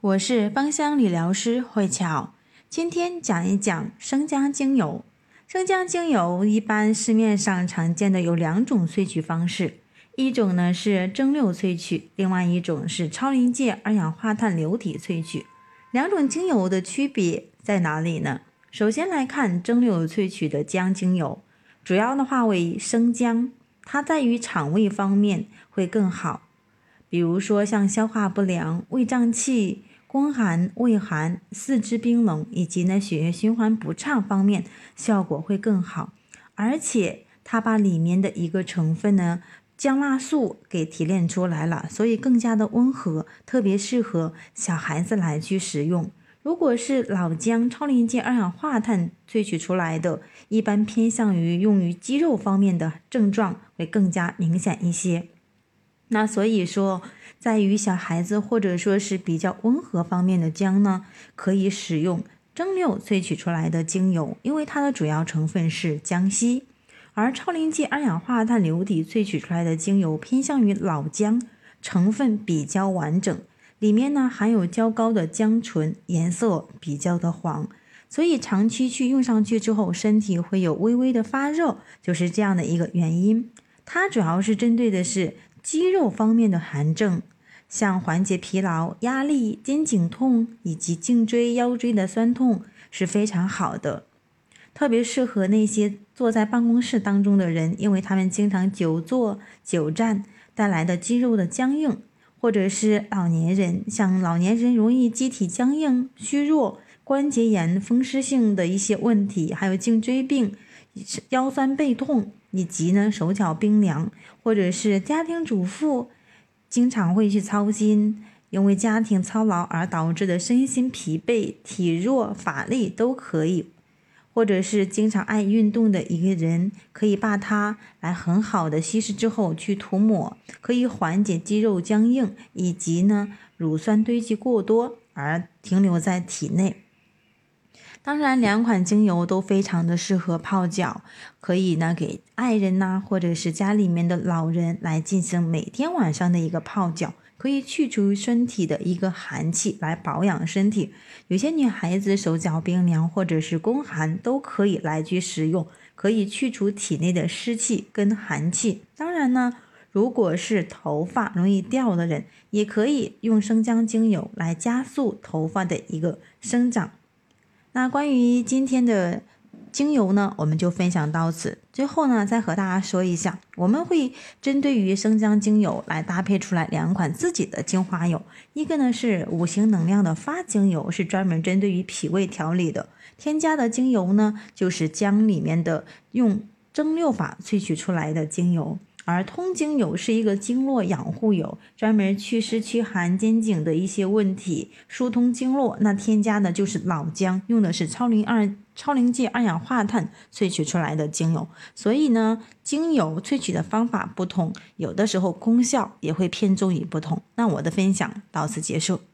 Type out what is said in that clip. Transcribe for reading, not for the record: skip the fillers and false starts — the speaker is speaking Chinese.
我是芳香理疗师慧巧，今天讲一讲生姜精油。生姜精油一般市面上常见的有两种萃取方式，一种呢是蒸馏萃取，另外一种是超临界二氧化碳流体萃取。两种精油的区别在哪里呢？首先来看蒸馏萃取的姜精油，主要的话为生姜，它在于肠胃方面会更好，比如说像消化不良、胃胀气、宫寒、胃寒、四肢冰冷以及血液循环不畅方面效果会更好，而且它把里面的一个成分姜辣素给提炼出来了，所以更加的温和，特别适合小孩子来去使用。如果是老姜超临界二氧化碳萃取出来的，一般偏向于用于肌肉方面的症状会更加明显一些。那所以说，在于小孩子或者说是比较温和方面的姜呢，可以使用蒸馏萃取出来的精油，因为它的主要成分是姜烯。而超临界二氧化碳流体萃取出来的精油偏向于老姜，成分比较完整，里面含有较高的姜醇，颜色比较的黄，所以长期去用上去之后，身体会有微微的发热，就是这样的一个原因。它主要是针对的是肌肉方面的寒症，像缓解疲劳、压力、肩颈痛以及颈椎、腰椎的酸痛是非常好的，特别适合那些坐在办公室当中的人，因为他们经常久坐久站带来的肌肉的僵硬，或者是老年人，像老年人容易机体僵硬、虚弱、关节炎、风湿性的一些问题，还有颈椎病、腰酸背痛，以及手脚冰凉，或者是家庭主妇经常会去操心，因为家庭操劳而导致的身心疲惫、体弱乏力都可以，或者是经常爱运动的一个人，可以把它来很好的稀释之后去涂抹，可以缓解肌肉僵硬，以及乳酸堆积过多而停留在体内。当然两款精油都非常的适合泡脚，可以给爱人或者是家里面的老人来进行每天晚上的一个泡脚，可以去除身体的一个寒气，来保养身体。有些女孩子手脚冰凉或者是宫寒都可以来去使用，可以去除体内的湿气跟寒气。当然如果是头发容易掉的人，也可以用生姜精油来加速头发的一个生长。那关于今天的精油我们就分享到此。最后再和大家说一下，我们会针对于生姜精油来搭配出来两款自己的精华油，一个是五行能量的发精油，是专门针对于脾胃调理的，添加的精油就是姜里面的用蒸馏法萃取出来的精油。而通精油是一个经络养护油，专门祛湿祛寒肩颈的一些问题，疏通经络。那添加的就是老姜，用的是超临界二氧化碳萃取出来的精油。所以精油萃取的方法不同，有的时候功效也会偏重于不同。那我的分享到此结束。